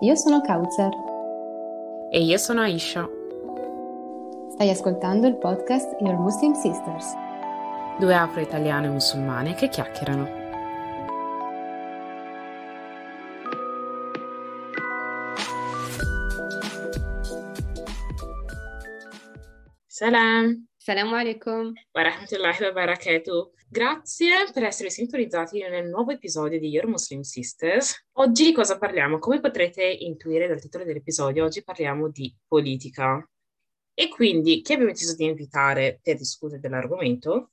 Io sono Kauzer. E io sono Aisha, Stai ascoltando il podcast Your Muslim Sisters. due afro-italiane musulmane che chiacchierano. Salam, Assalamu alaikum. wa rahmatullahi wa barakatuh. Grazie per essere sintonizzati nel nuovo episodio di Your Muslim Sisters. Oggi di cosa parliamo? Come potrete intuire dal titolo dell'episodio, oggi parliamo di politica. E quindi chi abbiamo deciso di invitare per discutere dell'argomento?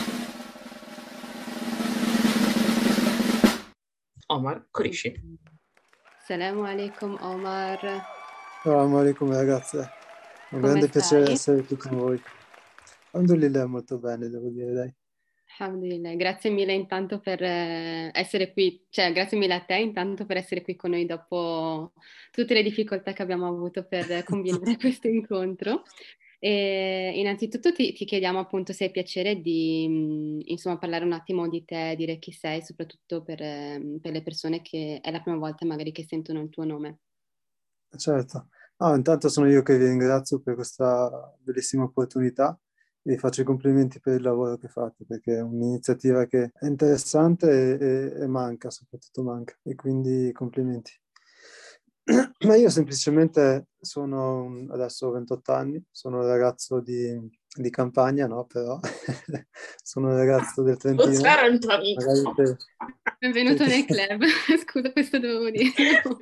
Omar Qureshi. Assalamu alaikum Omar. Assalamu alaikum ragazze, un Come grande piacere stai? essere qui con voi. Alhamdulillah, molto bene, devo dire, dai. Alhamdulillah. Grazie mille intanto per essere qui, cioè grazie mille a te intanto per essere qui con noi dopo tutte le difficoltà che abbiamo avuto per combinare questo incontro. E innanzitutto ti chiediamo appunto se hai piacere di insomma parlare un attimo di te, dire chi sei, soprattutto per le persone che è la prima volta magari che sentono il tuo nome. Certo. Intanto sono io che vi ringrazio per questa bellissima opportunità e vi faccio i complimenti per il lavoro che fate, perché è un'iniziativa che è interessante e manca, soprattutto manca, e quindi complimenti. Ma io semplicemente adesso ho 28 anni, sono un ragazzo di campagna, no? Però sono un ragazzo del Trentino. Magari Benvenuto nel club. Scusa, questo dovevo dirlo.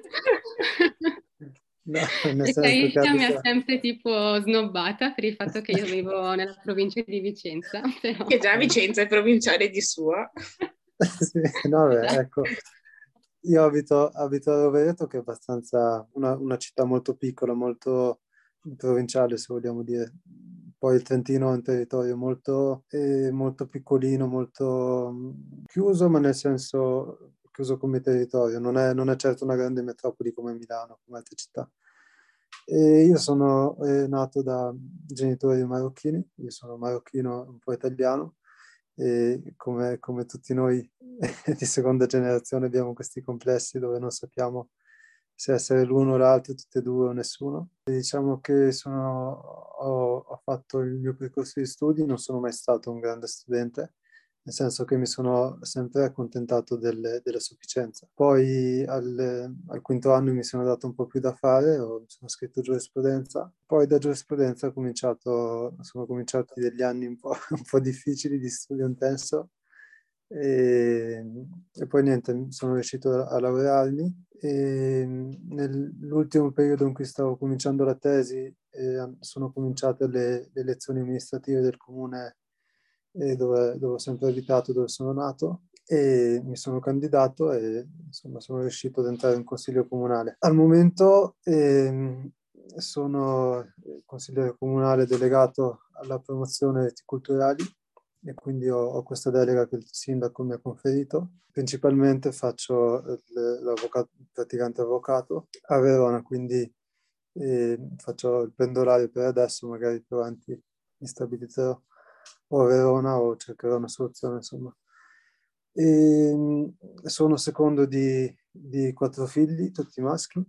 No, nel Perché senso che Aisha mi ha abito... sempre tipo snobbata per il fatto che io vivo nella provincia di Vicenza, però... Che già Vicenza è provinciale di sua. Sì, no, beh, Esatto. ecco, io abito a Rovereto, che è abbastanza una città molto piccola, molto provinciale, se vogliamo dire. Poi il Trentino è un territorio molto piccolino, molto chiuso, ma nel senso chiuso come territorio. Non è certo una grande metropoli come Milano, come altre città. E io sono nato da genitori marocchini, io sono marocchino, un po' italiano, e come tutti noi di seconda generazione abbiamo questi complessi dove non sappiamo se essere l'uno o l'altro, tutti e due o nessuno. E diciamo che ho fatto il mio percorso di studi, non sono mai stato un grande studente, nel senso che mi sono sempre accontentato della sufficienza. Poi al quinto anno mi sono dato un po' più da fare, mi sono scritto giurisprudenza, poi da giurisprudenza sono cominciati degli anni un po', un po' difficili di studio intenso e, e poi niente, sono riuscito a laurearmi e nell'ultimo periodo in cui stavo cominciando la tesi sono cominciate le lezioni amministrative del comune dove ho sempre abitato, dove sono nato, e mi sono candidato e insomma sono riuscito ad entrare in consiglio comunale. Al momento sono consigliere comunale delegato alla promozione dei reti culturali e quindi ho questa delega che il sindaco mi ha conferito. Principalmente faccio l'avvocato, il praticante avvocato a Verona, quindi faccio il pendolare per adesso, magari più avanti mi stabilizzerò o a Verona o cercherò una soluzione, insomma. Sono secondo di quattro figli, tutti maschi,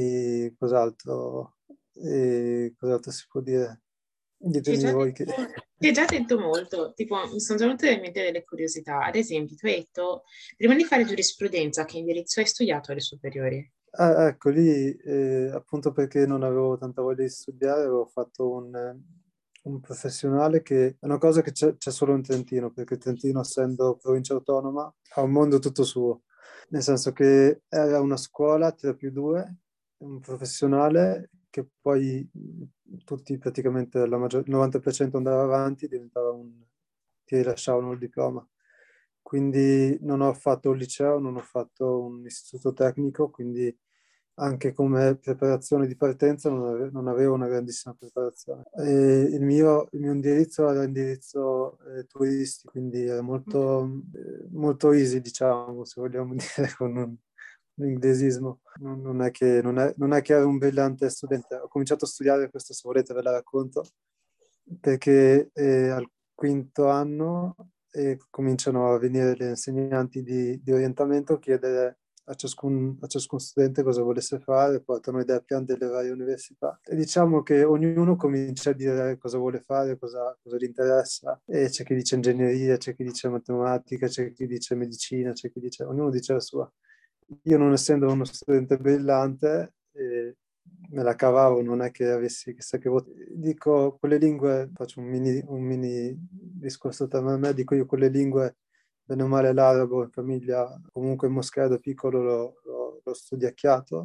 cos'altro si può dire? Ci hai Ditemi già voi che... detto, ci hai già detto molto, tipo, mi sono già venute in mente delle curiosità. Ad esempio, tu hai detto, prima di fare giurisprudenza, che indirizzo hai studiato alle superiori? Ecco, lì appunto perché non avevo tanta voglia di studiare, avevo fatto un professionale che è una cosa che c'è solo in Trentino, perché Trentino, essendo provincia autonoma, ha un mondo tutto suo, nel senso che era una scuola 3 più 2, un professionale che poi tutti praticamente il 90% andava avanti, ti rilasciavano il diploma. Quindi non ho fatto un liceo, non ho fatto un istituto tecnico, quindi anche come preparazione di partenza non avevo una grandissima preparazione. E il mio indirizzo era indirizzo turistico, quindi era molto easy, diciamo, se vogliamo dire con un inglesismo. Non è che ero un brillante studente. Ho cominciato a studiare, questo se volete ve la racconto, perché al quinto anno cominciano a venire le insegnanti di orientamento a chiedere a ciascun studente cosa volesse fare, portano idee a pian delle varie università e diciamo che ognuno comincia a dire cosa vuole fare, cosa gli interessa, e c'è chi dice ingegneria, c'è chi dice matematica, c'è chi dice medicina, c'è chi dice, ognuno dice la sua. Io, non essendo uno studente brillante, me la cavavo, non è che avessi chissà che voto. Dico, con le lingue, faccio un mini discorso tra me e me, dico io con le lingue, bene o male l'arabo in famiglia, comunque in Moschea da piccolo l'ho studiacchiato,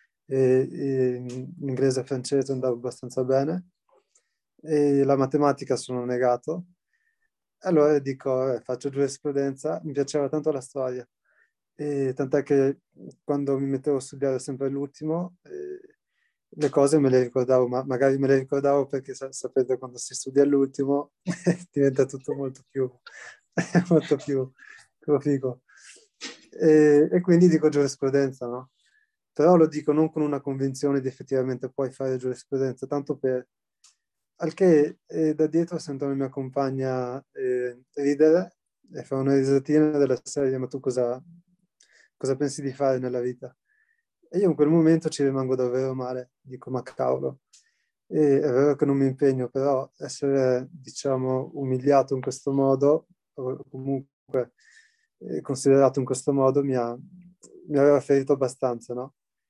e l'inglese e francese andavo abbastanza bene, e la matematica sono negato. Allora dico, faccio giurisprudenza, mi piaceva tanto la storia, e tant'è che quando mi mettevo a studiare sempre all'ultimo, le cose me le ricordavo, ma magari me le ricordavo perché sapete quando si studia all'ultimo diventa tutto molto più figo. E quindi dico giurisprudenza, no? Però lo dico non con una convinzione di effettivamente poi fare giurisprudenza, tanto per... Al che da dietro sento la mia compagna ridere e fa una risatina della serie, ma tu cosa pensi di fare nella vita? E io in quel momento ci rimango davvero male, dico ma cavolo, e è vero che non mi impegno, però essere, diciamo, umiliato in questo modo, o comunque considerato in questo modo, mi aveva ferito abbastanza, no?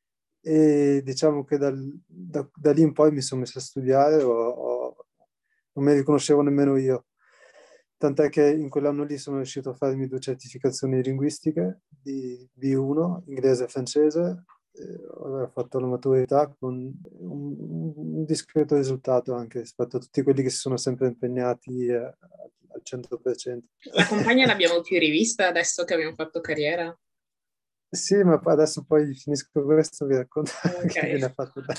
E diciamo che da lì in poi mi sono messo a studiare, non mi riconoscevo nemmeno io. Tant'è che in quell'anno lì sono riuscito a farmi 2 certificazioni linguistiche di B1, inglese e francese. Ho fatto la maturità con un discreto risultato anche rispetto a tutti quelli che si sono sempre impegnati al 100%. La compagna l'abbiamo più rivista adesso che abbiamo fatto carriera? Sì, ma adesso poi finisco questo e vi racconto che viene fatto bene.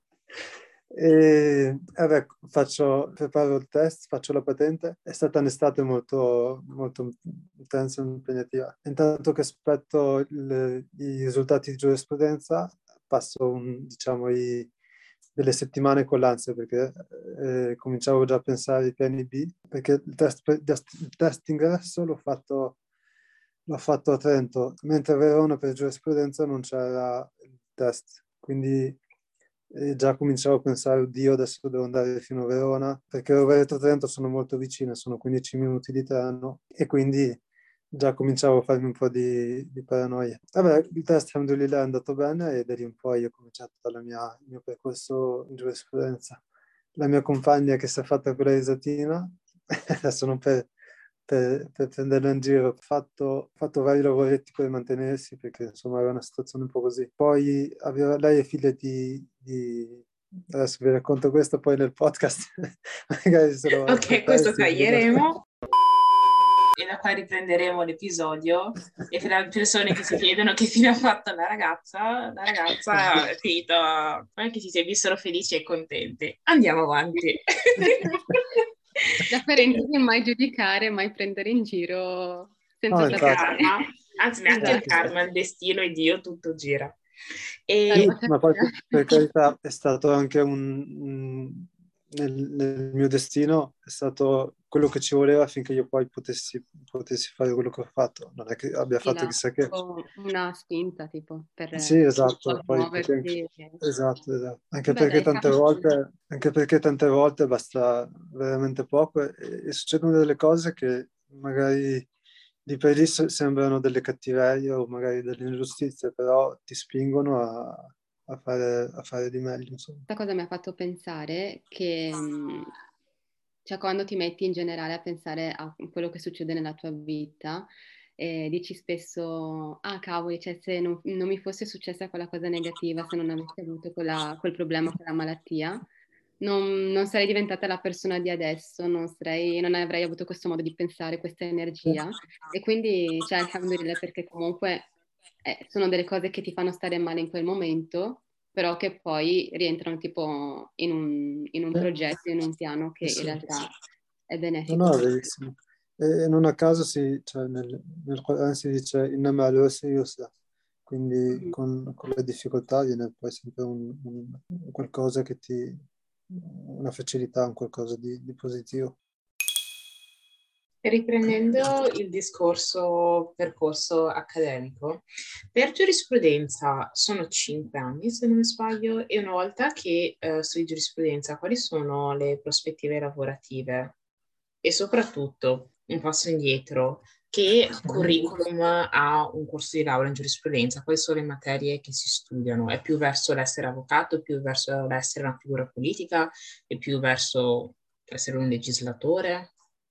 E vabbè, preparo il test, faccio la patente. È stata un'estate molto, molto intensa e impegnativa. Intanto che aspetto i risultati di giurisprudenza, passo, diciamo, delle settimane con l'ansia, perché cominciavo già a pensare ai piani B, perché il test ingresso l'ho fatto a Trento, mentre a Verona per giurisprudenza non c'era il test, quindi già cominciavo a pensare, oddio, adesso devo andare fino a Verona, perché Rovereto e Trento sono molto vicine, sono 15 minuti di treno, e quindi già cominciavo a farmi un po' di paranoia. Vabbè, il test alhamdulillah è andato bene, e da lì in poi ho cominciato il mio percorso in giurisprudenza. La mia compagna che si è fatta quella risatina, adesso non per prenderla in giro, ho fatto vari lavoretti per mantenersi, perché insomma era una situazione un po' così. Poi lei è figlia adesso vi racconto questo poi nel podcast, magari se lo Ok, questo persi, taglieremo e da qua riprenderemo l'episodio, e per le persone che si chiedono che fine ha fatto la ragazza è finita, anche se si vissero felici e contenti. Andiamo avanti. Da parentesi, mai giudicare, mai prendere in giro senza No, Il infatti. sapere. karma, anzi neanche il Esatto. karma, il destino e Dio, tutto gira. Sì, E ma poi per carità è stato anche nel mio destino, è stato quello che ci voleva affinché io poi potessi fare quello che ho fatto. Non è che abbia Sì, fatto là, chissà che. una spinta tipo Sì, esatto, poi muoversi. esatto, esatto. Beh, dai, cavolo. Anche perché tante volte basta veramente poco, e succedono delle cose che magari di per lì sembrano delle cattiverie o magari delle ingiustizie, però ti spingono a fare di meglio, insomma. Questa cosa mi ha fatto pensare che, cioè, quando ti metti in generale a pensare a quello che succede nella tua vita, dici spesso, ah cavoli, cioè, se non mi fosse successa quella cosa negativa, se non avessi avuto quel problema, quella malattia, non sarei diventata la persona di adesso, non avrei avuto questo modo di pensare, questa energia. E quindi, cioè, alhamdulillah, perché comunque sono delle cose che ti fanno stare male in quel momento, però che poi rientrano tipo in un progetto, in un piano che in Sì. realtà è No, benefico no, è per te. verissimo. E non a caso cioè, nel Quran si dice innama al-usri yusra, quindi Mhm. con le difficoltà viene poi sempre qualcosa una facilità, un qualcosa di positivo. Riprendendo il discorso percorso accademico, per giurisprudenza sono 5 anni, se non mi sbaglio, e una volta che studi giurisprudenza, quali sono le prospettive lavorative? E soprattutto, un passo indietro, che curriculum ha un corso di laurea in giurisprudenza? Quali sono le materie che si studiano? È più verso l'essere avvocato, più verso l'essere una figura politica, è più verso essere un legislatore?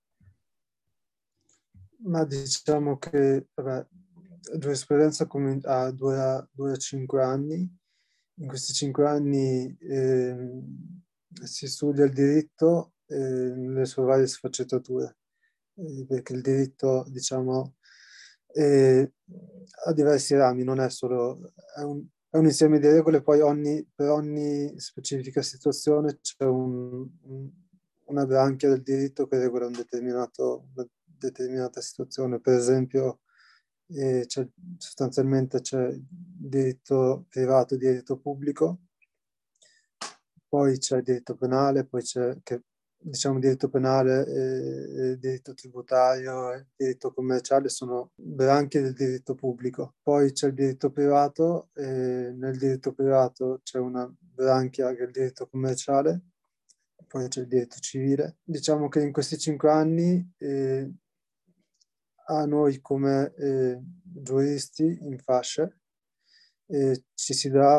Ma diciamo che vabbè, giurisprudenza dura 5 anni. In questi 5 anni si studia il diritto nelle sue varie sfaccettature, perché il diritto, diciamo, eh, ha diversi rami, non è solo, è un insieme di regole, poi per ogni specifica situazione c'è una branchia del diritto che regola una determinata situazione. Per esempio, sostanzialmente c'è diritto privato e diritto pubblico, poi c'è il diritto penale, poi c'è diciamo diritto penale e diritto tributario e diritto commerciale sono branche del diritto pubblico. Poi c'è il diritto privato e nel diritto privato c'è una branchia che è il diritto commerciale, poi c'è il diritto civile. Diciamo che in questi 5 anni a noi come giuristi in fasce ci si dà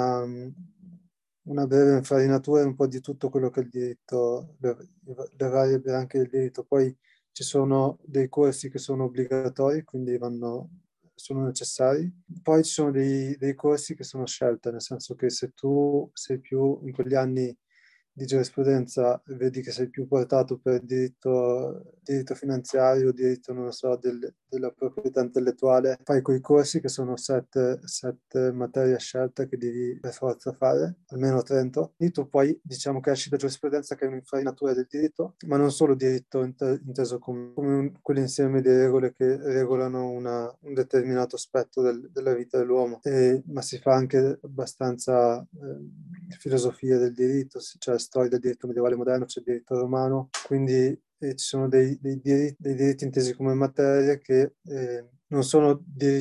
una breve infarinatura un po' di tutto quello che è il diritto, le varie branche del diritto. Poi ci sono dei corsi che sono obbligatori, quindi sono necessari. Poi ci sono dei corsi che sono scelte, nel senso che se tu sei più in quegli anni di giurisprudenza vedi che sei più portato per diritto finanziario, diritto, non lo so, della proprietà intellettuale, fai quei corsi che sono sette materie a scelta che devi per forza fare, almeno 30. E tu poi diciamo che esci da giurisprudenza che è un'infarinatura del diritto, ma non solo diritto inteso come quell'insieme di regole che regolano un determinato aspetto della vita dell'uomo, ma si fa anche abbastanza filosofia del diritto, cioè storia del diritto medievale moderno, c'è il diritto romano, quindi ci sono dei diritti intesi come materie che non sono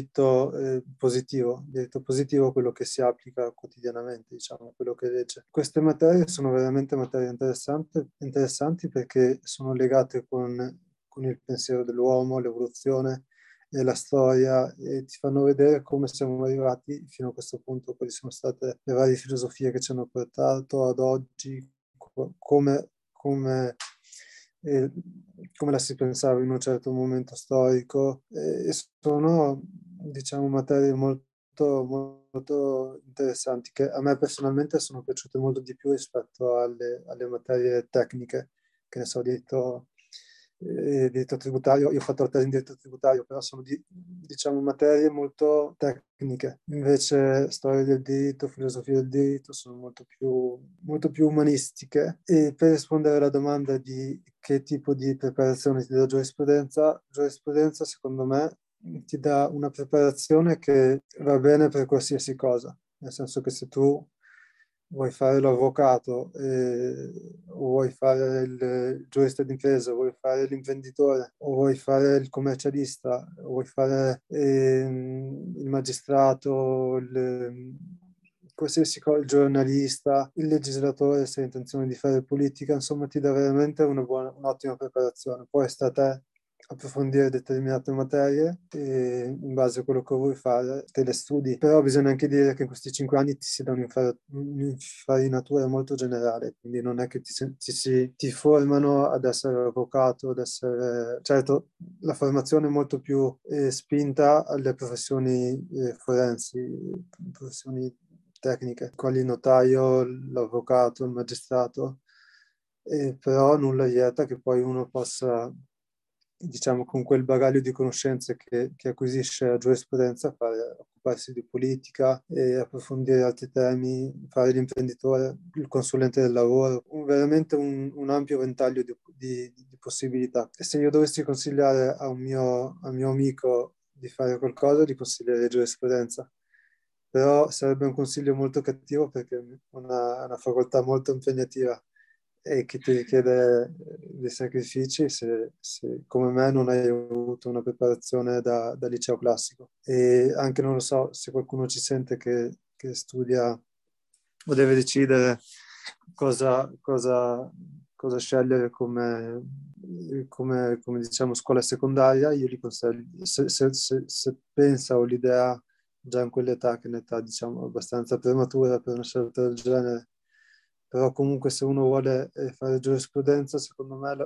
diritto positivo è quello che si applica quotidianamente, diciamo, quello che legge. Queste materie sono veramente materie interessanti perché sono legate con il pensiero dell'uomo, l'evoluzione e la storia e ti fanno vedere come siamo arrivati fino a questo punto, quali sono state le varie filosofie che ci hanno portato ad oggi, come, eh, come la si pensava in un certo momento storico. E sono, diciamo, materie molto interessanti che a me personalmente sono piaciute molto di più rispetto alle materie tecniche, che ne so, diritto tributario. Io ho fatto la tesi in diritto tributario, però sono diciamo materie molto tecniche. Invece storia del diritto, filosofia del diritto sono molto più umanistiche. E per rispondere alla domanda di che tipo di preparazione ti dà giurisprudenza secondo me ti dà una preparazione che va bene per qualsiasi cosa, nel senso che se tu vuoi fare l'avvocato, o vuoi fare il giurista d'impresa, vuoi fare l'imprenditore, o vuoi fare il commercialista, o vuoi fare il magistrato, qualsiasi cosa, il giornalista, il legislatore, se hai intenzione di fare politica, insomma ti dà veramente un'ottima preparazione. Poi sta a te approfondire determinate materie e in base a quello che vuoi fare te le studi. Però bisogna anche dire che in questi 5 anni ti si dà un'infarinatura molto generale, quindi non è che ti formano ad essere avvocato, ad essere... Certo, la formazione è molto più spinta alle professioni forensi, professioni tecniche, quali il notaio, l'avvocato, il magistrato, però nulla vieta che poi uno possa, diciamo, con quel bagaglio di conoscenze che acquisisce la giurisprudenza, occuparsi di politica e approfondire altri temi, fare l'imprenditore, il consulente del lavoro, veramente un ampio ventaglio di possibilità. E se io dovessi consigliare a un mio amico di fare qualcosa, gli consiglierei giurisprudenza. Però sarebbe un consiglio molto cattivo perché è una facoltà molto impegnativa e che ti richiede dei sacrifici se come me non hai avuto una preparazione da liceo classico. E anche non lo so se qualcuno ci sente che studia o deve decidere cosa scegliere come diciamo scuola secondaria, io gli consiglio, se pensa o l'idea già in quell'età, che è un'età diciamo abbastanza prematura per una scelta del genere, però comunque se uno vuole fare giurisprudenza, secondo me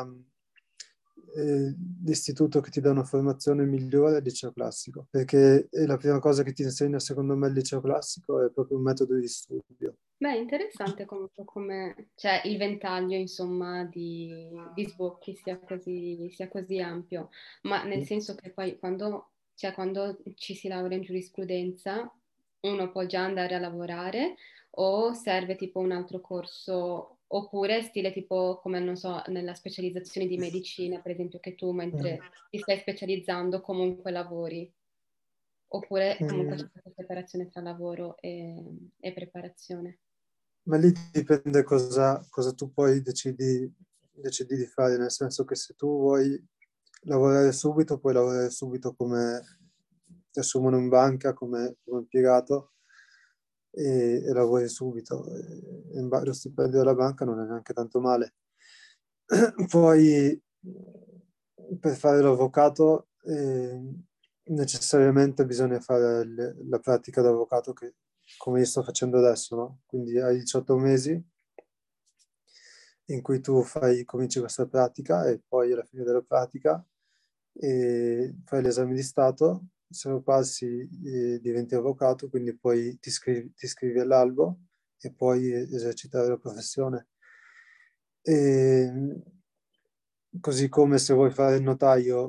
l'istituto che ti dà una formazione migliore è il liceo classico, perché è la prima cosa che ti insegna secondo me il liceo classico è proprio un metodo di studio. Beh, interessante comunque come cioè, il ventaglio, insomma, di sbocchi sia così ampio, ma nel senso che poi quando ci si laurea in giurisprudenza, uno può già andare a lavorare o serve tipo un altro corso, oppure stile tipo come, non so, nella specializzazione di medicina, per esempio, che tu mentre ti stai specializzando comunque lavori, oppure comunque c'è questa separazione tra lavoro e preparazione. Ma lì dipende cosa tu poi decidi di fare, nel senso che se tu vuoi lavorare subito, puoi lavorare subito come ti assumono in banca come impiegato e lavori subito. Lo stipendio della banca non è neanche tanto male. Poi per fare l'avvocato necessariamente bisogna fare la pratica d'avvocato che come io sto facendo adesso, no? Quindi hai 18 mesi in cui tu cominci questa pratica e poi alla fine della pratica fai l'esame di Stato, se lo passi diventi avvocato, quindi poi ti iscrivi all'albo e puoi esercitare la professione. Così come se vuoi fare il notaio,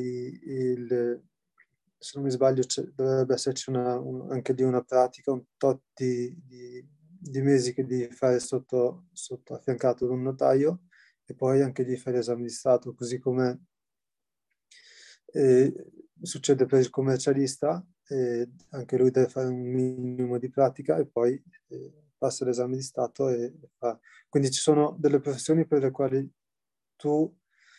se non mi sbaglio dovrebbe esserci anche lì una pratica, un tot di mesi che devi fare sotto affiancato da un notaio e poi anche lì fai l'esame di Stato, così come succede per il commercialista, anche lui deve fare un minimo di pratica e poi passa l'esame di Stato e fa. Quindi ci sono delle professioni per le quali tu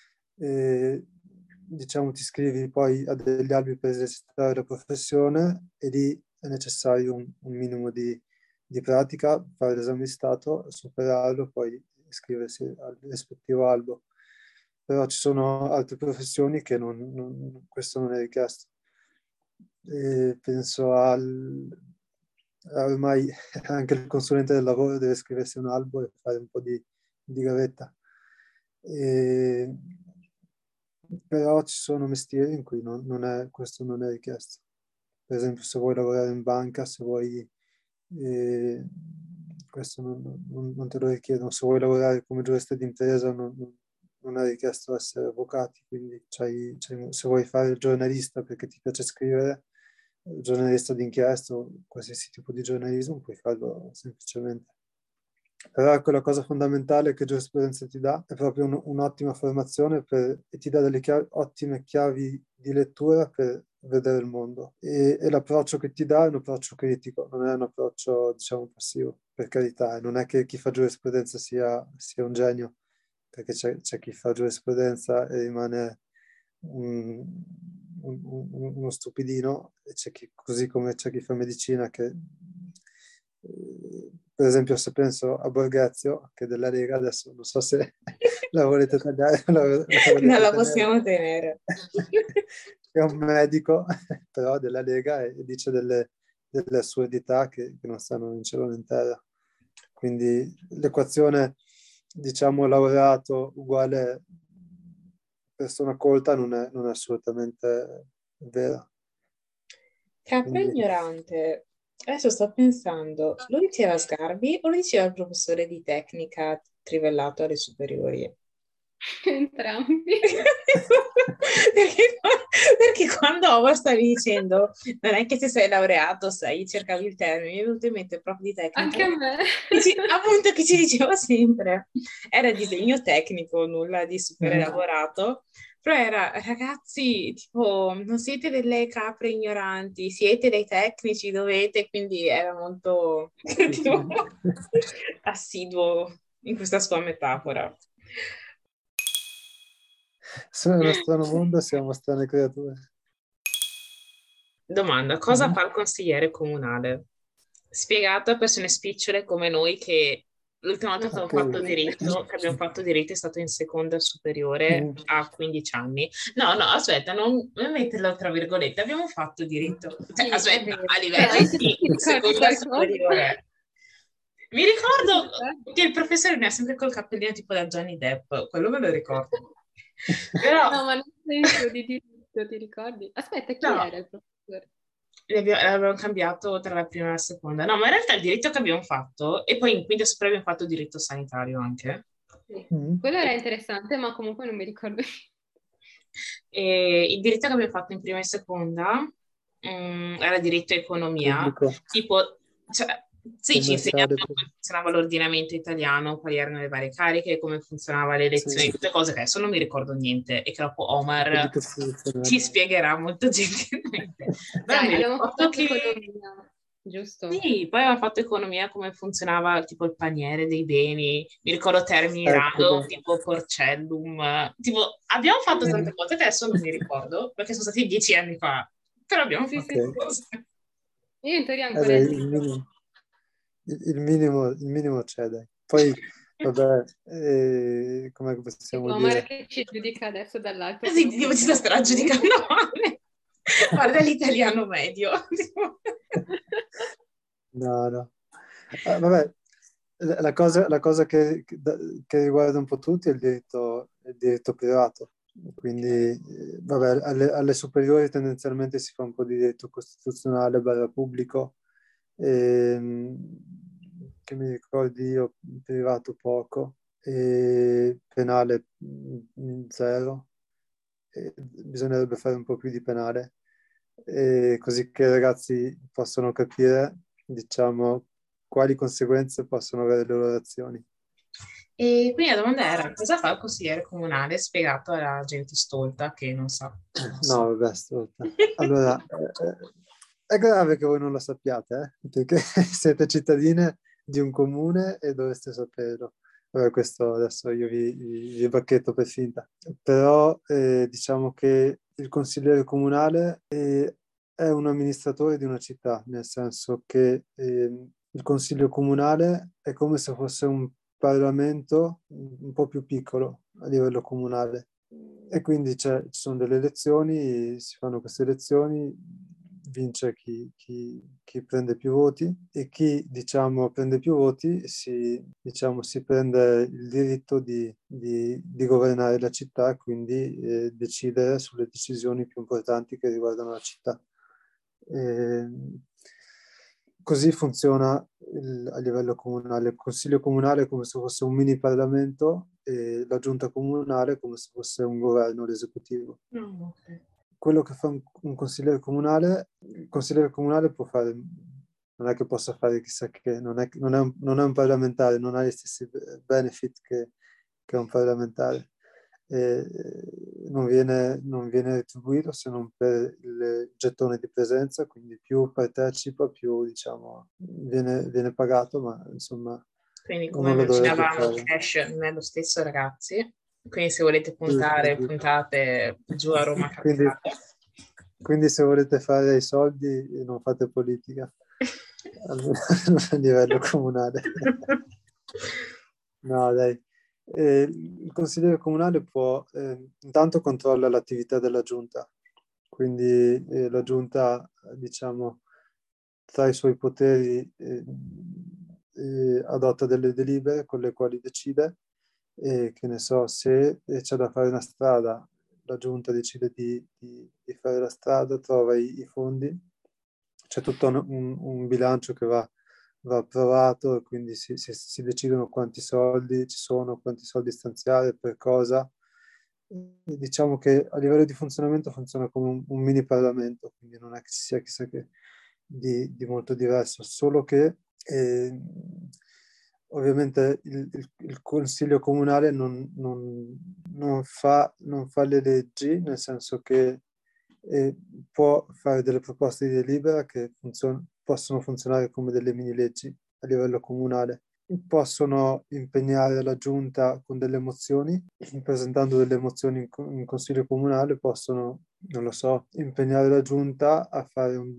diciamo ti iscrivi poi a degli albi per esercitare la professione e lì è necessario un minimo di pratica, fare l'esame di Stato, superarlo, poi iscriversi al rispettivo albo. Però ci sono altre professioni che questo non è richiesto. Penso ormai anche il consulente del lavoro deve iscriversi a un albo e fare un po' di gavetta. Però ci sono mestieri in cui questo non è richiesto. Per esempio se vuoi lavorare in banca, se vuoi questo non te lo richiedono. Se vuoi lavorare come giurista d'impresa non è richiesto essere avvocati, quindi se vuoi fare il giornalista perché ti piace scrivere, giornalista d'inchiesta o qualsiasi tipo di giornalismo, puoi farlo semplicemente. Però ecco, la cosa fondamentale che giurisprudenza ti dà è proprio un'ottima formazione e ti dà delle ottime chiavi di lettura per vedere il mondo. E l'approccio che ti dà è un approccio critico, non è un approccio, diciamo, passivo, per carità. Non è che chi fa giurisprudenza sia un genio, perché c'è chi fa giurisprudenza e rimane uno stupidino, e così come c'è chi fa medicina che per esempio se penso a Borghezio che della Lega, adesso non so se la volete tagliare non la possiamo tenere. È un medico però della Lega e dice delle assurdità che non stanno in cielo né in terra, quindi l'equazione diciamo laureato uguale persona colta non è assolutamente vera. Capra ignorante. Adesso sto pensando, lo diceva Sgarbi o lo diceva il professore di tecnica trivellato alle superiori? Entrambi. perché quando Ova stavi dicendo non è che se sei laureato cercavi il termine, mi è venuto in mente proprio di tecnica. Anche a me. Appunto che ci diceva sempre. Era disegno tecnico, nulla di super elaborato. Però era, ragazzi, tipo, non siete delle capre ignoranti, siete dei tecnici, dovete, quindi era molto tipo, assiduo in questa sua metafora. Sono uno strano mondo, siamo strane creature. Domanda, cosa fa il consigliere comunale? Spiegato a persone spicciole come noi che l'ultima volta che abbiamo fatto diritto è stato in seconda superiore a 15 anni. No, aspetta, non metterlo tra virgolette, abbiamo fatto diritto. Cioè, Sì, aspetta, è vero. a livello Anche se di ti ricordi seconda qualcosa. superiore. Mi Ti ricordo ricordi? che il professore mi ha sempre col cappellino tipo da Johnny Depp, quello me lo ricordo. No, ma nel senso di diritto, ti ricordi? Aspetta, chi No, era il professore? l'abbiamo cambiato tra la prima e la seconda. No, ma in realtà il diritto che abbiamo fatto, e poi in quinta superiore abbiamo fatto diritto sanitario anche. Sì. Mm. Quello era interessante, ma comunque non mi ricordo. E il diritto che abbiamo fatto in prima e seconda, era diritto economia. Pubblico, Tipo, cioè, sì, ci insegnavano commerciale. come funzionava l'ordinamento italiano, quali erano le varie cariche, come funzionava le Sì, elezioni, tutte cose che adesso non mi ricordo niente e che dopo Omar pubblico istituzionale. ci spiegherà molto gentilmente. Però Dai, mi abbiamo ricordo fatto che economia, giusto? sì, poi aveva fatto economia, come funzionava tipo il paniere dei beni, mi ricordo termini Ecco, random, beh. tipo porcellum, tipo abbiamo fatto tante cose che adesso non mi ricordo, perché sono stati 10 anni fa, però abbiamo Sì, fatto sì, Ok. sì. cose. Io in teoria Eh ancora beh, il il minimo, il minimo c'è, dai. Poi, vabbè, come possiamo tipo Omar dire? che ci giudica adesso dall'alto Sì, come tipo ci sta funziona. stragiudicando male. Guarda l'italiano medio. No, no. Vabbè, la cosa che riguarda un po' tutti è il diritto privato. Quindi, vabbè, alle superiori tendenzialmente si fa un po' di diritto costituzionale barra pubblico, che mi ricordi io, privato poco, e penale zero. Bisognerebbe fare un po' più di penale, così che i ragazzi possano capire, diciamo, quali conseguenze possono avere le loro azioni. E quindi la domanda era, cosa fa il consigliere comunale spiegato alla gente stolta che non sa? No, vabbè, stolta. Allora, è grave che voi non lo sappiate, perché siete cittadine di un comune e dovreste saperlo. Vabbè, questo adesso io vi bacchetto per finta. Però diciamo che il consigliere comunale è un amministratore di una città, nel senso che il consiglio comunale è come se fosse un Parlamento un po' più piccolo a livello comunale. E quindi ci sono delle elezioni, si fanno queste elezioni, vince chi prende più voti e chi, diciamo, prende più voti si prende il diritto di governare la città e quindi decidere sulle decisioni più importanti che riguardano la città. E così funziona a livello comunale. Il consiglio comunale è come se fosse un mini Parlamento e la giunta comunale è come se fosse un governo, l'esecutivo. No, ok. Quello che fa un consigliere comunale, il consigliere comunale può fare, non è che possa fare chissà che, non è un parlamentare, non ha gli stessi benefit che un parlamentare. E non viene retribuito se non per il gettone di presenza, quindi più partecipa, più diciamo, viene pagato, ma insomma Quindi come uno lo dovrebbe mencionavamo, fare. cash non è lo stesso, ragazzi. Quindi se volete Sì, sì, puntare, sì. puntate giù a Roma Quindi, Capitale. quindi se volete fare i soldi non fate politica a livello comunale. No, dai. Il consigliere comunale può, intanto controlla l'attività della giunta, quindi la giunta, diciamo, tra i suoi poteri adotta delle delibere con le quali decide, e che ne so, se c'è da fare una strada, la giunta decide di fare la strada, trova i fondi, c'è tutto un bilancio che va approvato e quindi si decidono quanti soldi ci sono, quanti soldi stanziare, per cosa. E diciamo che a livello di funzionamento funziona come un mini Parlamento, quindi non è che ci sia chissà che di molto diverso, solo che eh, ovviamente il Consiglio Comunale non fa le leggi, nel senso che può fare delle proposte di delibera che possono funzionare come delle mini leggi a livello comunale, possono impegnare la giunta con delle mozioni, presentando delle mozioni in consiglio comunale, possono, non lo so, impegnare la giunta a fare un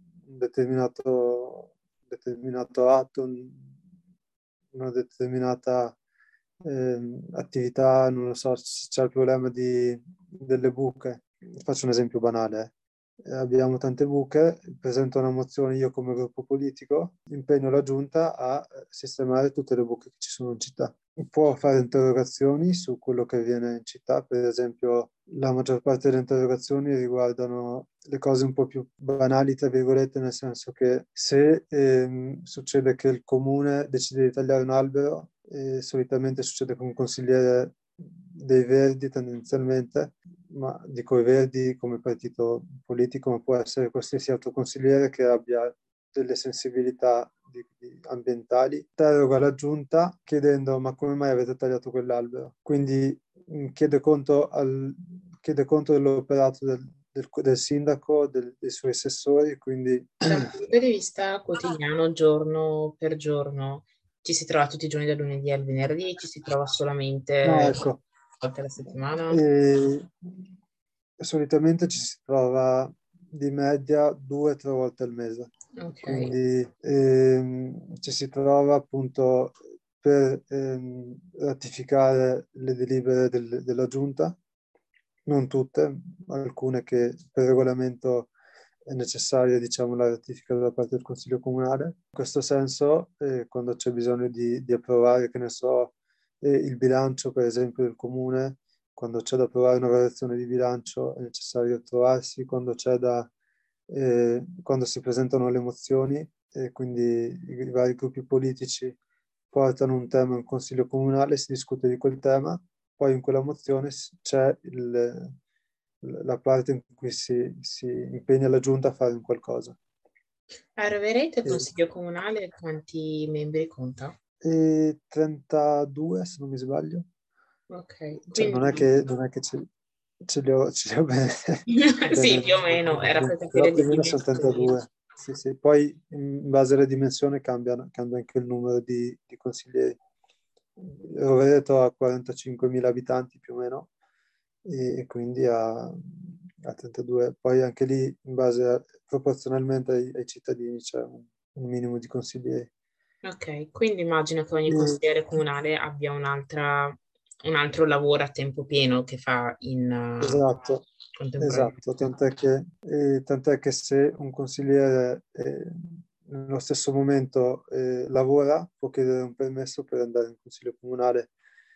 determinato atto, una determinata attività, non lo so, se c'è il problema delle buche. Faccio un esempio banale. Abbiamo tante buche, presento una mozione io come gruppo politico, impegno la giunta a sistemare tutte le buche che ci sono in città. Può fare interrogazioni su quello che avviene in città, per esempio la maggior parte delle interrogazioni riguardano le cose un po' più banali, tra virgolette, nel senso che se succede che il comune decide di tagliare un albero, solitamente succede con un consigliere dei Verdi tendenzialmente, ma dico i Verdi come partito politico, ma può essere qualsiasi altro consigliere che abbia delle sensibilità ambientali, interroga la giunta chiedendo ma come mai avete tagliato quell'albero? Quindi chiede conto dell'operato del sindaco, dei suoi assessori, quindi... Da un punto di vista quotidiano, giorno per giorno, ci si trova tutti i giorni dal lunedì al venerdì, ci si trova No, solamente ecco, volte alla settimana. e solitamente ci si trova di media 2 o 3 volte al mese. Ok. Quindi ci si trova appunto per ratificare le delibere della giunta, non tutte, alcune che per regolamento è necessaria, diciamo, la ratifica da parte del Consiglio Comunale. In questo senso, quando c'è bisogno di approvare, che ne so, il bilancio, per esempio, del Comune, quando c'è da approvare una variazione di bilancio è necessario trovarsi, quando si presentano le mozioni e quindi i vari gruppi politici portano un tema in Consiglio Comunale, si discute di quel tema, poi in quella mozione c'è la parte in cui si impegna la giunta a fare un qualcosa. Arverete il E, consiglio comunale, quanti membri conta? e 32, se non mi sbaglio. Ok, Cioè, quindi non è che ce li ho bene, sì, bene, più o meno, era per però capire più le o meno sono dimensioni. 32. Sì, sì. Poi in base alla dimensione cambia anche il numero di consiglieri. Rovereto ha 45.000 abitanti più o meno e quindi ha 32. Poi anche lì, proporzionalmente ai cittadini, c'è un minimo di consiglieri. Ok, quindi immagino che ogni E- consigliere comunale abbia un altro lavoro a tempo pieno che fa in esatto, esatto, contemporaneamente. tant'è che se un consigliere nello stesso momento lavora, può chiedere un permesso per andare in consiglio comunale.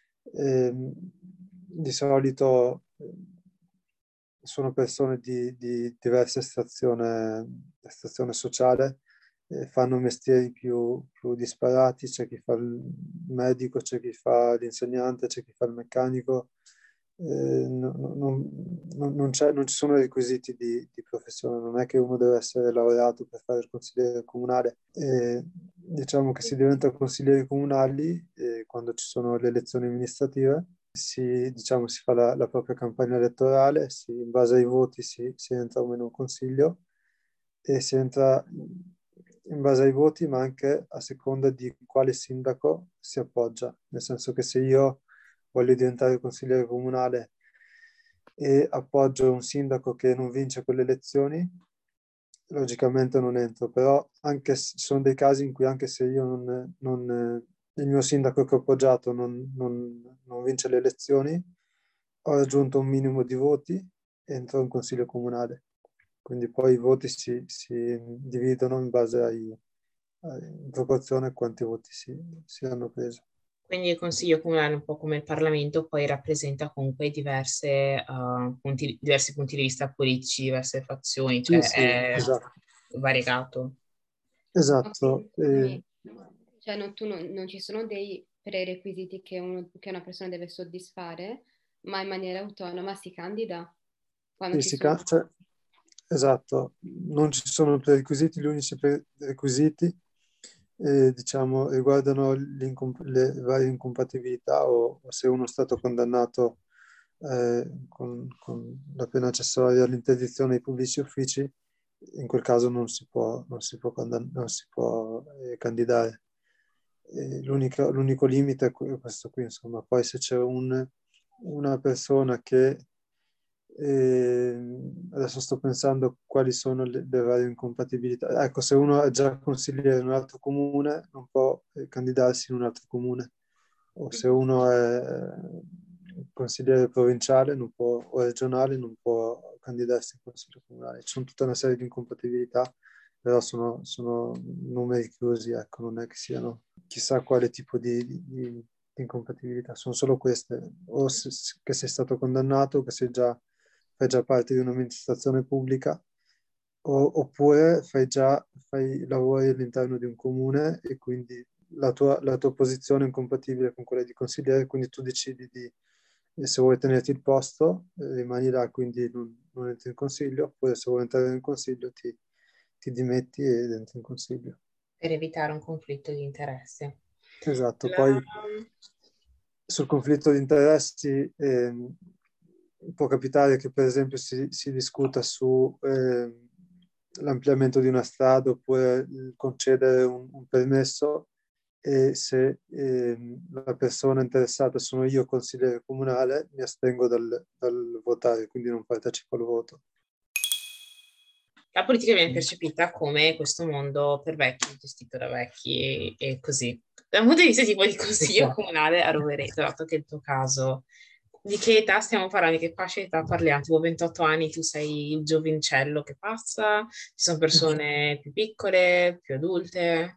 Di solito sono persone di diversa estrazione sociale, fanno mestieri più disparati, c'è chi fa il medico, c'è chi fa l'insegnante, c'è chi fa il meccanico, non ci sono requisiti di professione, non è che uno deve essere laureato per fare il consigliere comunale. Diciamo che si diventa consiglieri comunali quando ci sono le elezioni amministrative, diciamo, si fa la propria campagna elettorale, in base ai voti si entra o meno in un consiglio e si entra in base ai voti, ma anche a seconda di quale sindaco si appoggia. Nel senso che se io voglio diventare consigliere comunale e appoggio un sindaco che non vince quelle elezioni, logicamente non entro, però anche ci sono dei casi in cui anche se io il mio sindaco che ho appoggiato non vince le elezioni, ho raggiunto un minimo di voti e entro in consiglio comunale. Quindi poi i voti si dividono in base in proporzione a quanti voti si hanno preso. Quindi il consiglio comunale, un po' come il Parlamento, poi rappresenta comunque diversi punti di vista politici, diverse fazioni, Sì, cioè sì, è esatto. variegato. Ok, Esatto. quindi, cioè, non ci sono dei prerequisiti che una persona deve soddisfare, ma in maniera autonoma si candida quando Sì, ci sono... esatto, non ci sono prerequisiti, gli unici prerequisiti diciamo, riguardano le varie incompatibilità o se uno è stato condannato con la pena accessoria all'interdizione ai pubblici uffici, in quel caso non si può candidare. L'unico limite è questo qui, insomma. Poi se c'è una persona che adesso sto pensando quali sono le varie incompatibilità. Ecco, se uno è già consigliere in un altro comune, non può candidarsi in un altro comune. O se uno è consigliere provinciale o regionale, non può candidarsi in consiglio comunale. Ci sono tutta una serie di incompatibilità, però sono numeri chiusi, ecco, non è che siano chissà quale tipo di incompatibilità, sono solo queste, o che sei stato condannato, che fai già parte di un'amministrazione pubblica, oppure lavori all'interno di un comune e quindi la tua posizione è incompatibile con quella di consigliere, quindi tu decidi se vuoi tenerti il posto, rimani là, quindi non entri in consiglio, oppure se vuoi entrare in consiglio ti dimetti ed entri in consiglio. Per evitare un conflitto di interesse. Esatto, poi sul conflitto di interessi può capitare che per esempio si discuta su l'ampliamento di una strada oppure concedere un permesso, e se la persona interessata sono io, consigliere comunale, mi astengo dal votare, quindi non partecipo al voto. La politica viene percepita come questo mondo per vecchi, gestito da vecchi e così. Dal punto di vista tipo di consiglio comunale a Rovereto, dato che è il tuo caso, di che età stiamo parlando? Di che fascia di età parliamo? Tipo 28 anni, tu sei il giovincello che passa? Ci sono persone più piccole, più adulte?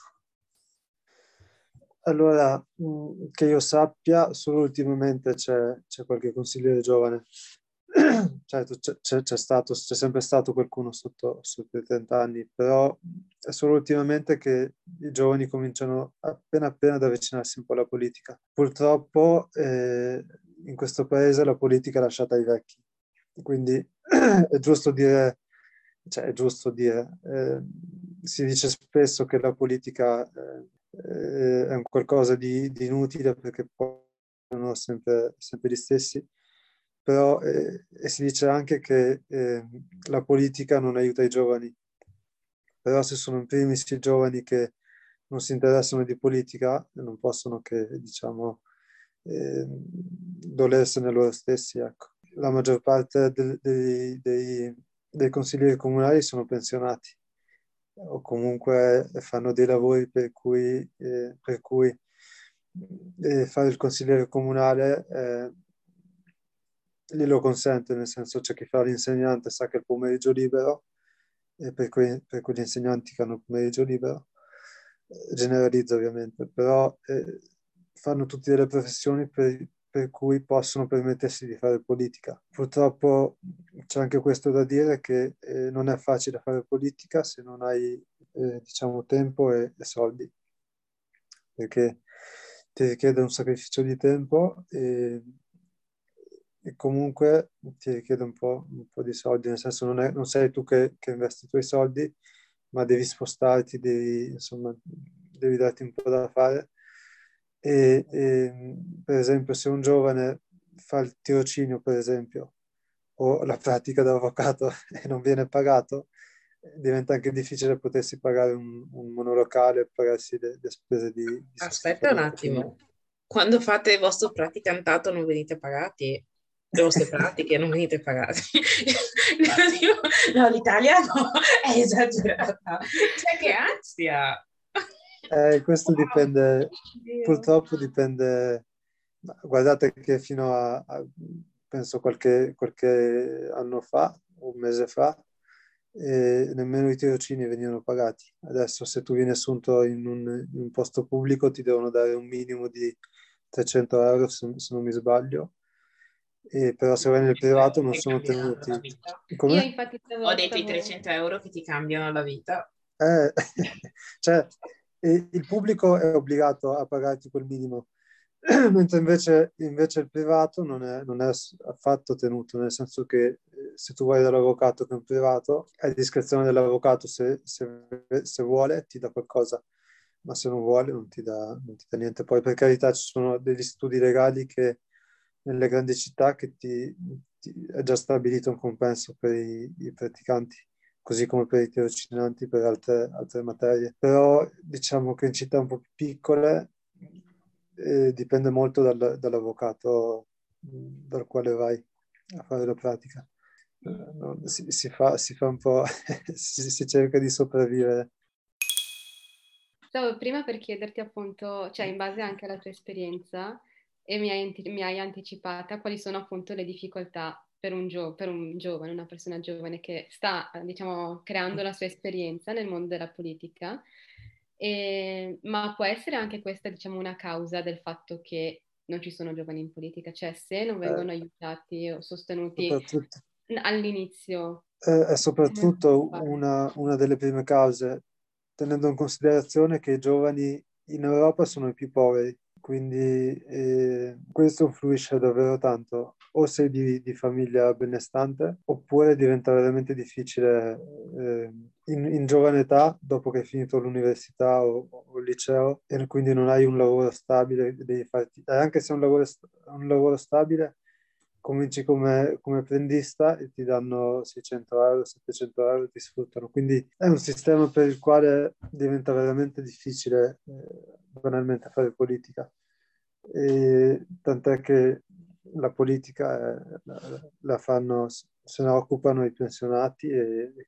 Allora, che io sappia, solo ultimamente c'è qualche consigliere giovane. Certo, c'è sempre stato qualcuno sotto i 30 anni, però è solo ultimamente che i giovani cominciano appena appena ad avvicinarsi un po' alla politica. Purtroppo in questo paese la politica è lasciata ai vecchi, quindi è giusto dire, si dice spesso che la politica è un qualcosa di inutile perché poi sono sempre gli stessi, però si dice anche che la politica non aiuta i giovani, però se sono in primis i giovani che non si interessano di politica, non possono che, diciamo, dolersene loro stessi, ecco. La maggior parte dei consiglieri comunali sono pensionati o comunque fanno dei lavori per cui fare il consigliere comunale glielo consente, nel senso c'è chi fa l'insegnante, sa che è il pomeriggio libero, e per quegli insegnanti che hanno il pomeriggio libero, generalizzo ovviamente, però fanno tutte delle professioni per cui possono permettersi di fare politica. Purtroppo c'è anche questo da dire, che non è facile fare politica se non hai diciamo tempo e soldi, perché ti richiede un sacrificio di tempo e comunque ti richiede un po' di soldi, nel senso non sei tu che investi i tuoi soldi, ma devi spostarti, insomma, devi darti un po' da fare. Per esempio, se un giovane fa il tirocinio, per esempio, o la pratica da avvocato e non viene pagato, diventa anche difficile potersi pagare un monolocale e pagarsi le spese di Aspetta un sostituzione. attimo. Quando fate il vostro praticantato non venite pagati? Le vostre pratiche non venite pagati? No, l'Italia no, è esagerata. Cioè, che ansia! Questo Wow, dipende, Dio. purtroppo dipende. Guardate che fino penso qualche anno fa, un mese fa, nemmeno i tirocini venivano pagati. Adesso se tu vieni assunto in un posto pubblico ti devono dare un minimo di 300 euro, se non mi sbaglio, però se vai nel privato non Che sono cambiano tenuti. la vita. Io Come? infatti Ho stavo, detto i stavo 300 euro che ti cambiano la vita. Eh, cioè, il pubblico è obbligato a pagarti quel minimo, mentre invece il privato non è affatto tenuto, nel senso che se tu vai dall'avvocato che è un privato, è a discrezione dell'avvocato, se vuole ti dà qualcosa, ma se non vuole non ti dà niente. Poi per carità ci sono degli studi legali che nelle grandi città che è già stabilito un compenso per i praticanti, così come per i tirocinanti per altre materie. Però diciamo che in città un po' più piccole dipende molto dall'avvocato dal quale vai a fare la pratica. Si fa un po', si cerca di sopravvivere. Stavo prima per chiederti appunto, cioè in base anche alla tua esperienza, e mi hai anticipata quali sono appunto le difficoltà per un giovane, una persona giovane che sta, diciamo, creando la sua esperienza nel mondo della politica. Ma può essere anche questa, diciamo, una causa del fatto che non ci sono giovani in politica, cioè se non vengono aiutati o sostenuti Soprattutto, all'inizio. è soprattutto una delle prime cause, tenendo in considerazione che i giovani in Europa sono i più poveri, quindi questo influisce davvero tanto. O sei di famiglia benestante, oppure diventa veramente difficile in giovane età, dopo che hai finito l'università o il liceo, e quindi non hai un lavoro stabile, devi farti, anche se è un lavoro stabile, cominci come apprendista e ti danno 600 euro, 700 euro, ti sfruttano. Quindi è un sistema per il quale diventa veramente difficile banalmente fare politica. E tant'è che la politica la fanno, se ne occupano i pensionati e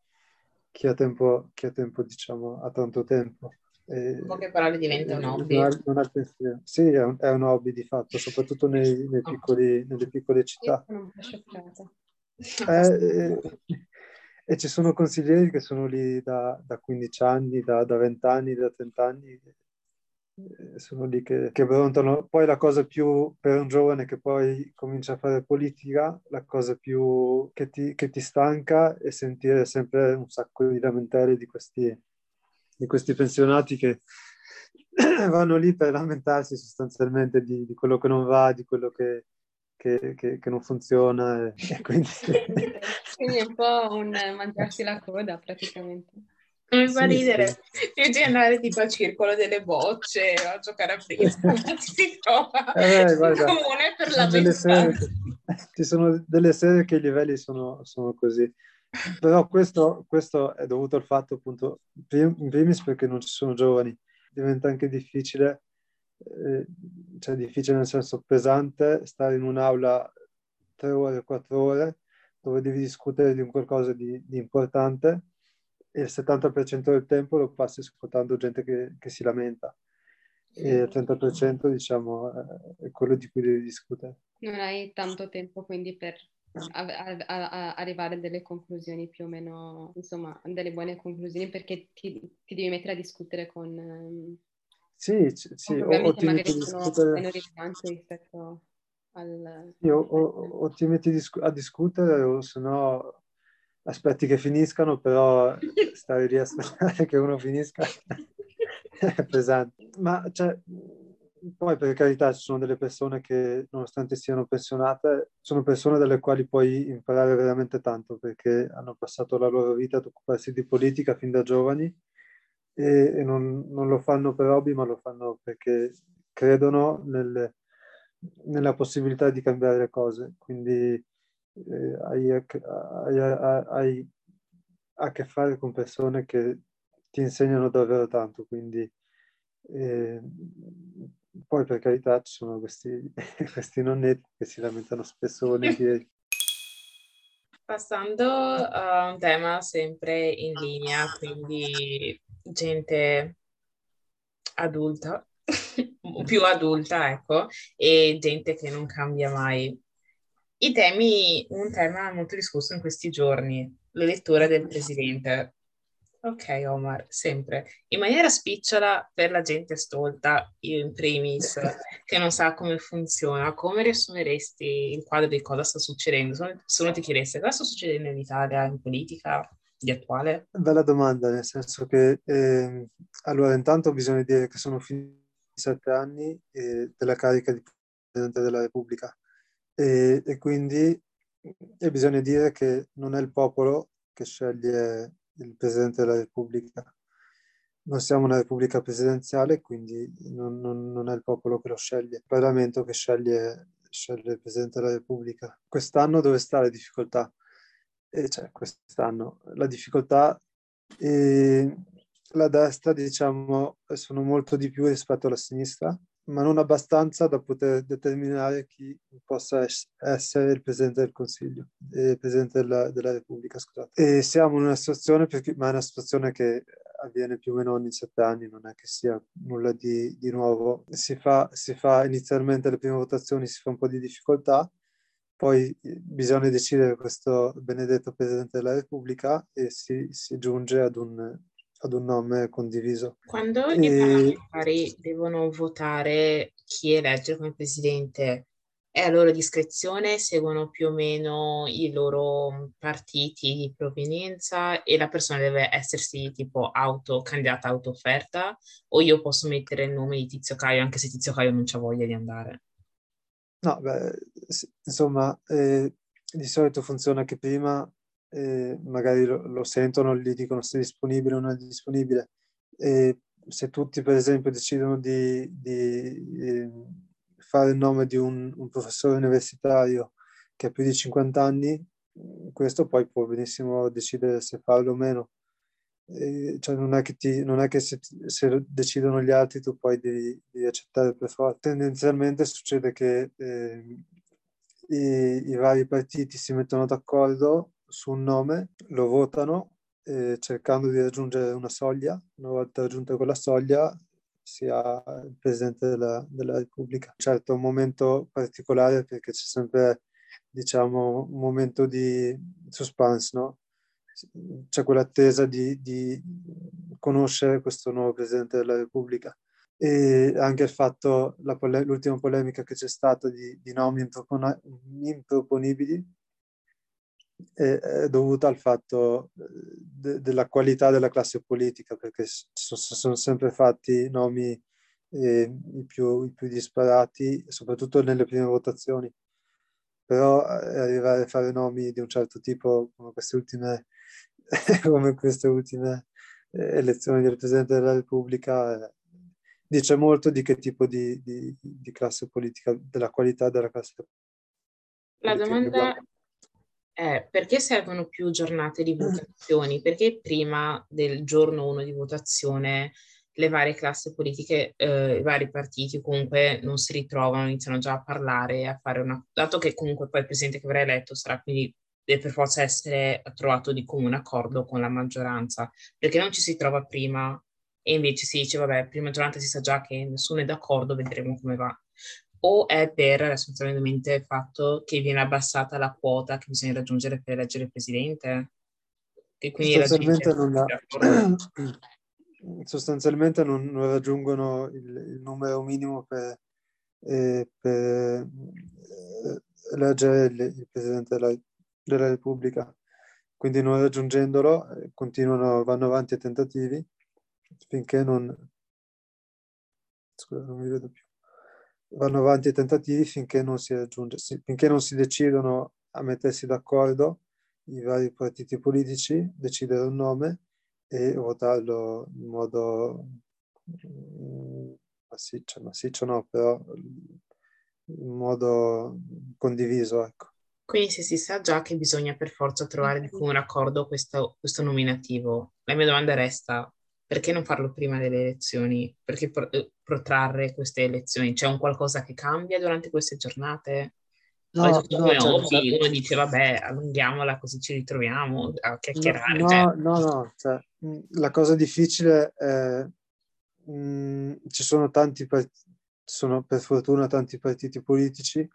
chi ha tempo, diciamo, ha tanto tempo. In poche parole diventa un hobby. Non ha pensiero. Sì, è un hobby di fatto, soprattutto nelle piccole Io città. sono un po' scioccata. Eh, e ci sono consiglieri che sono lì da 15 anni, da 20 anni, da 30 anni, sono lì che brontano. Poi la cosa più, per un giovane che poi comincia a fare politica, la cosa più che ti stanca è sentire sempre un sacco di lamentele di questi pensionati che vanno lì per lamentarsi sostanzialmente di quello che non va, di quello che non funziona e quindi Quindi è un po' un mangiarsi la coda praticamente. Mi fa sì, sì. ridere. Io di andare tipo al circolo delle bocce o a giocare a frisbee, ma si trova in Guarda, comune per ci la sono delle sere, ventata. ci sono delle sere che i livelli sono così. Però questo è dovuto al fatto, appunto, in primis perché non ci sono giovani. Diventa anche difficile, cioè difficile nel senso pesante, stare in un'aula 3 ore, 4 ore, dove devi discutere di un qualcosa di importante e il 70% del tempo lo passi ascoltando gente che si lamenta e il 30% diciamo è quello di cui devi discutere. Non hai tanto tempo quindi per arrivare a delle conclusioni più o meno, insomma, delle buone conclusioni perché ti devi mettere a discutere Sì, con sì, problemi o che ti metti a magari sono discutere, meno rilevanti rispetto al... sì, o ti metti a discutere o se no aspetti che finiscano, però stare lì a aspettare che uno finisca è pesante. Ma cioè, poi per carità ci sono delle persone che nonostante siano pensionate, sono persone dalle quali puoi imparare veramente tanto perché hanno passato la loro vita ad occuparsi di politica fin da giovani e non lo fanno per hobby, ma lo fanno perché credono nella possibilità di cambiare le cose. Quindi hai a che fare con persone che ti insegnano davvero tanto. Quindi, eh, poi per carità ci sono questi, questi nonnetti che si lamentano spesso e volentieri. Passando a un tema sempre in linea, quindi gente adulta, più adulta, ecco, e gente che non cambia mai. Un tema molto discusso in questi giorni, l'elezione del presidente. Ok, Omar, sempre. In maniera spicciola per la gente stolta, io in primis, che non sa come funziona, come riassumeresti il quadro di cosa sta succedendo? Se uno ti chiedesse cosa sta succedendo in Italia, in politica di attuale? Bella domanda, nel senso che allora intanto bisogna dire che sono finiti 7 anni della carica di Presidente della Repubblica e quindi bisogna dire che non è il popolo che sceglie il Presidente della Repubblica. Non siamo una Repubblica presidenziale, quindi non è il popolo che lo sceglie, è il Parlamento che sceglie il Presidente della Repubblica. Quest'anno dove sta la difficoltà? e c'è quest'anno la difficoltà, e la destra, diciamo, sono molto di più rispetto alla sinistra, ma non abbastanza da poter determinare chi possa essere il Presidente del Consiglio, il Presidente della Repubblica, scusate. E siamo in una situazione, ma è una situazione che avviene più o meno ogni 7 anni, non è che sia nulla di nuovo. Si fa inizialmente le prime votazioni, si fa un po' di difficoltà, poi bisogna decidere questo benedetto Presidente della Repubblica e si giunge ad un nome condiviso. Quando i E, parlamentari devono votare chi eleggere come presidente, è a loro discrezione, seguono più o meno i loro partiti di provenienza e la persona deve essersi tipo candidata auto-offerta, o io posso mettere il nome di Tizio Caio anche se Tizio Caio non c'ha voglia di andare? no, beh, insomma, di solito funziona che prima magari lo sentono, gli dicono se è disponibile o non è disponibile. E se tutti, per esempio, decidono di fare il nome di un professore universitario che ha più di 50 anni, questo poi può benissimo decidere se farlo o meno. Cioè non è che se decidono gli altri tu poi devi accettare per forza. Tendenzialmente succede che i vari partiti si mettono d'accordo su un nome, lo votano cercando di raggiungere una soglia. Una volta raggiunta quella soglia si ha il Presidente della Repubblica. Certo, è un momento particolare perché c'è sempre, diciamo, un momento di suspense, no? C'è quell'attesa di conoscere questo nuovo Presidente della Repubblica. E anche il fatto, l'ultima polemica che c'è stata di nomi improponibili è dovuta al fatto della qualità della classe politica, perché sono sempre fatti nomi i più disparati, soprattutto nelle prime votazioni. Però arrivare a fare nomi di un certo tipo come come queste ultime elezioni del Presidente della Repubblica dice molto di che tipo di classe politica, della qualità della classe La politica che abbiamo. domanda perché servono più giornate di votazioni? Perché prima del giorno 1 di votazione le varie classi politiche, i vari partiti comunque non si ritrovano, iniziano già a parlare, a fare una... Dato che comunque poi il presidente che verrà eletto sarà quindi deve per forza essere trovato di comune accordo con la maggioranza, perché non ci si trova prima e invece si dice, vabbè, prima giornata si sa già che nessuno è d'accordo, vedremo come va. O è per essenzialmente il fatto che viene abbassata la quota che bisogna raggiungere per eleggere il presidente, che quindi la gente Sostanzialmente è d'accordo. non raggiungono il numero minimo per eleggere il Presidente della Repubblica. Quindi non raggiungendolo vanno avanti a tentativi finché non... Scusa, non mi vedo più. Vanno avanti i tentativi finché non si raggiunge, finché non si decidono a mettersi d'accordo i vari partiti politici, decidere un nome e votarlo in modo massiccio no, però in modo condiviso, ecco. Quindi se si sa già che bisogna per forza trovare di comune accordo questo nominativo, la mia domanda resta, perché non farlo prima delle elezioni? Perché protrarre queste elezioni? C'è un qualcosa che cambia durante queste giornate? O è No, tutto no, come cioè, hobby? Uno dice, vabbè, allunghiamola così ci ritroviamo a no, chiacchierare. Cioè, no, cioè, la cosa difficile è, ci sono sono per fortuna tanti partiti politici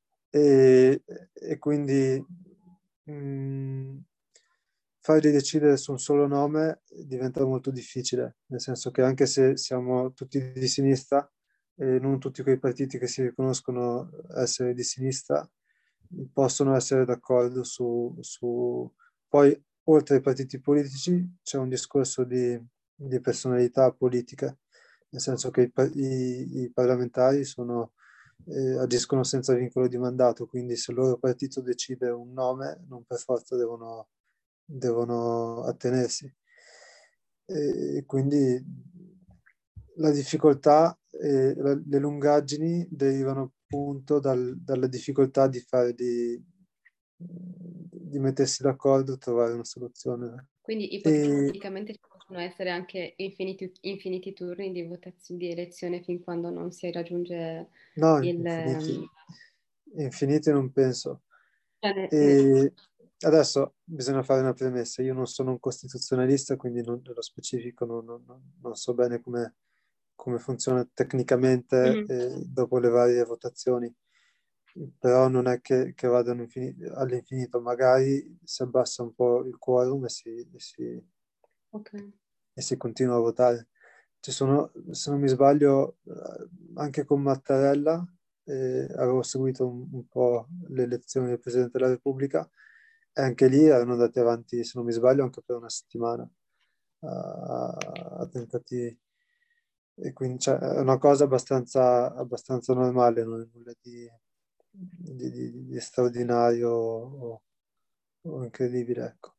e quindi mh, farli decidere su un solo nome diventa molto difficile, nel senso che anche se siamo tutti di sinistra, e non tutti quei partiti che si riconoscono essere di sinistra possono essere d'accordo Poi, oltre ai partiti politici, c'è un discorso di personalità politica, nel senso che i parlamentari agiscono senza vincolo di mandato, quindi se il loro partito decide un nome, non per forza devono attenersi. E quindi la difficoltà e le lungaggini derivano appunto dalla difficoltà di mettersi d'accordo e trovare una soluzione. Quindi ipoteticamente ci possono essere anche infiniti turni di votazione, di elezione fin quando non si raggiunge No, il... infiniti non penso. cioè, E adesso bisogna fare una premessa. Io non sono un costituzionalista, quindi nello specifico non so bene come funziona tecnicamente Mhm. dopo le varie votazioni, però non è che vadano all'infinito, magari si abbassa un po' il quorum Ok. e si continua a votare. Ci sono, se non mi sbaglio, anche con Mattarella, avevo seguito un po' le elezioni del Presidente della Repubblica e anche lì erano andati avanti, se non mi sbaglio, anche per una settimana a tentativi. E quindi cioè, è una cosa abbastanza normale, non è nulla di straordinario o incredibile, ecco.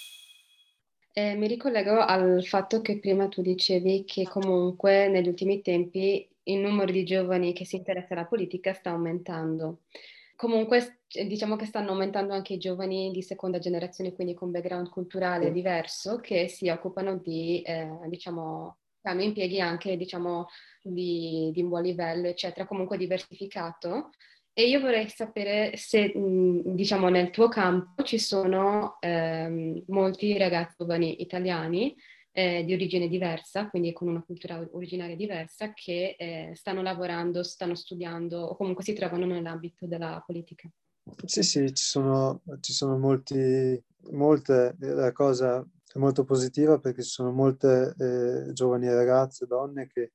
Mi ricollego al fatto che prima tu dicevi che comunque negli ultimi tempi il numero di giovani che si interessa alla politica sta aumentando. Comunque diciamo che stanno aumentando anche i giovani di seconda generazione, quindi con background culturale Sì. diverso, che si occupano di, diciamo, hanno impieghi anche, diciamo, di un buon livello, eccetera, comunque diversificato. E io vorrei sapere se, diciamo, nel tuo campo ci sono molti ragazzi giovani italiani di origine diversa, quindi con una cultura originaria diversa, che stanno lavorando, stanno studiando o comunque si trovano nell'ambito della politica. Sì, sì, ci sono molte, la cosa è molto positiva perché ci sono molte giovani ragazze, donne che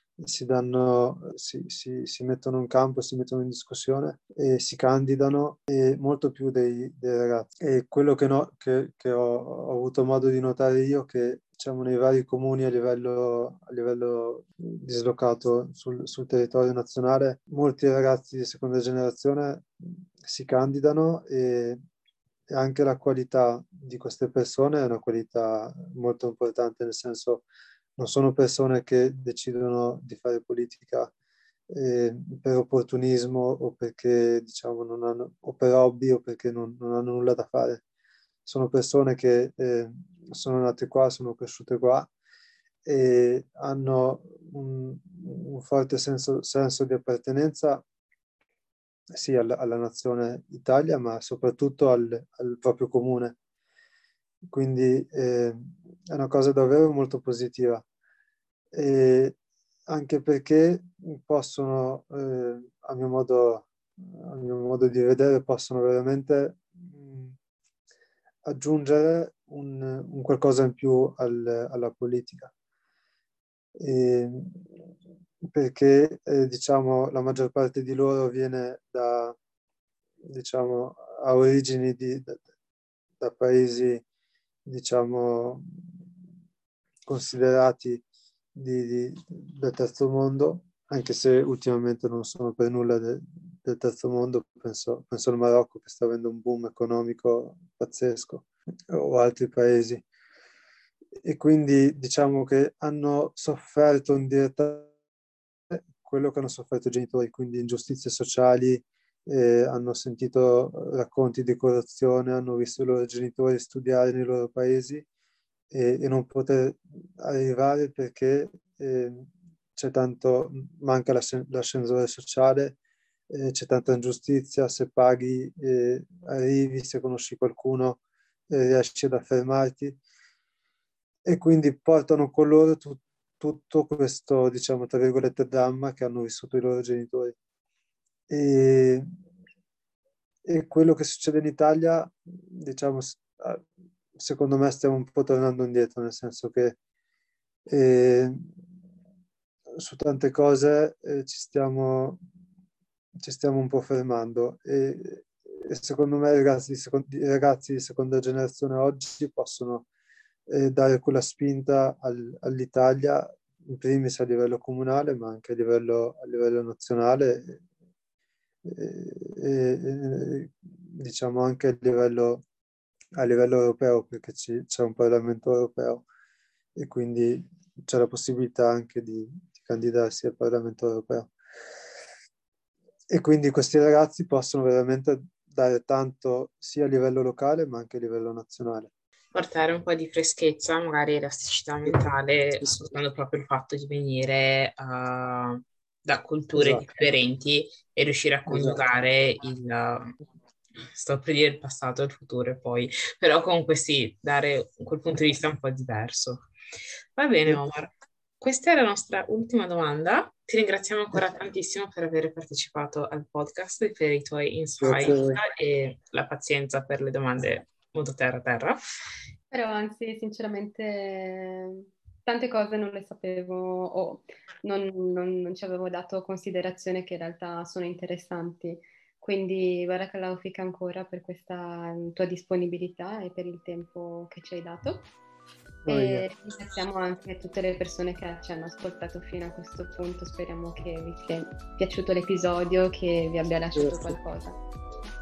si mettono in campo, si mettono in discussione e si candidano, e molto più dei ragazzi. E quello che ho avuto modo di notare io, che diciamo nei vari comuni a livello dislocato sul territorio nazionale, molti ragazzi di seconda generazione si candidano e anche la qualità di queste persone è una qualità molto importante, nel senso non sono persone che decidono di fare politica per opportunismo o perché diciamo non hanno, o per hobby o perché non hanno nulla da fare. Sono persone che sono nate qua, sono cresciute qua e hanno un forte senso di appartenenza sì alla nazione Italia, ma soprattutto al proprio comune. Quindi è una cosa davvero molto positiva. E anche perché possono, a mio modo di vedere, possono veramente aggiungere un qualcosa in più alla politica. E, perché diciamo la maggior parte di loro viene diciamo, ha origini da paesi diciamo considerati del terzo mondo, anche se ultimamente non sono per nulla del terzo mondo, penso al Marocco che sta avendo un boom economico pazzesco, o altri paesi. E quindi diciamo che hanno sofferto indirettamente quello che hanno sofferto i genitori, quindi ingiustizie sociali, hanno sentito racconti di corruzione, hanno visto i loro genitori studiare nei loro paesi e non poter arrivare perché manca l'ascensore sociale, c'è tanta ingiustizia, se paghi arrivi, se conosci qualcuno riesci ad affermarti e quindi portano con loro tutto questo, diciamo, tra virgolette, dramma che hanno vissuto i loro genitori. E, e quello che succede in Italia, diciamo, secondo me stiamo un po' tornando indietro, nel senso che eh, su tante cose ci stiamo un po' fermando e secondo me i ragazzi di seconda generazione oggi possono dare quella spinta all'Italia, in primis a livello comunale, ma anche a livello nazionale diciamo anche a livello europeo, perché c'è un Parlamento europeo e quindi c'è la possibilità anche di candidarsi al Parlamento europeo. E quindi questi ragazzi possono veramente dare tanto sia a livello locale ma anche a livello nazionale. Portare un po' di freschezza, magari elasticità mentale, sfruttando proprio il fatto di venire da culture Esatto. differenti e riuscire a coniugare sto per dire il passato e il futuro poi, però comunque sì, dare quel punto di vista un po' diverso. Va bene, Omar. Questa è la nostra ultima domanda. Ti ringraziamo ancora tantissimo per aver partecipato al podcast e per i tuoi insight e la pazienza per le domande molto terra. Però anzi, sinceramente, tante cose non le sapevo o non ci avevo dato considerazione che in realtà sono interessanti. Quindi Barakallahu fik ancora per questa tua disponibilità e per il tempo che ci hai dato. E ringraziamo anche tutte le persone che ci hanno ascoltato fino a questo punto. Speriamo che vi sia piaciuto l'episodio, che vi abbia lasciato qualcosa.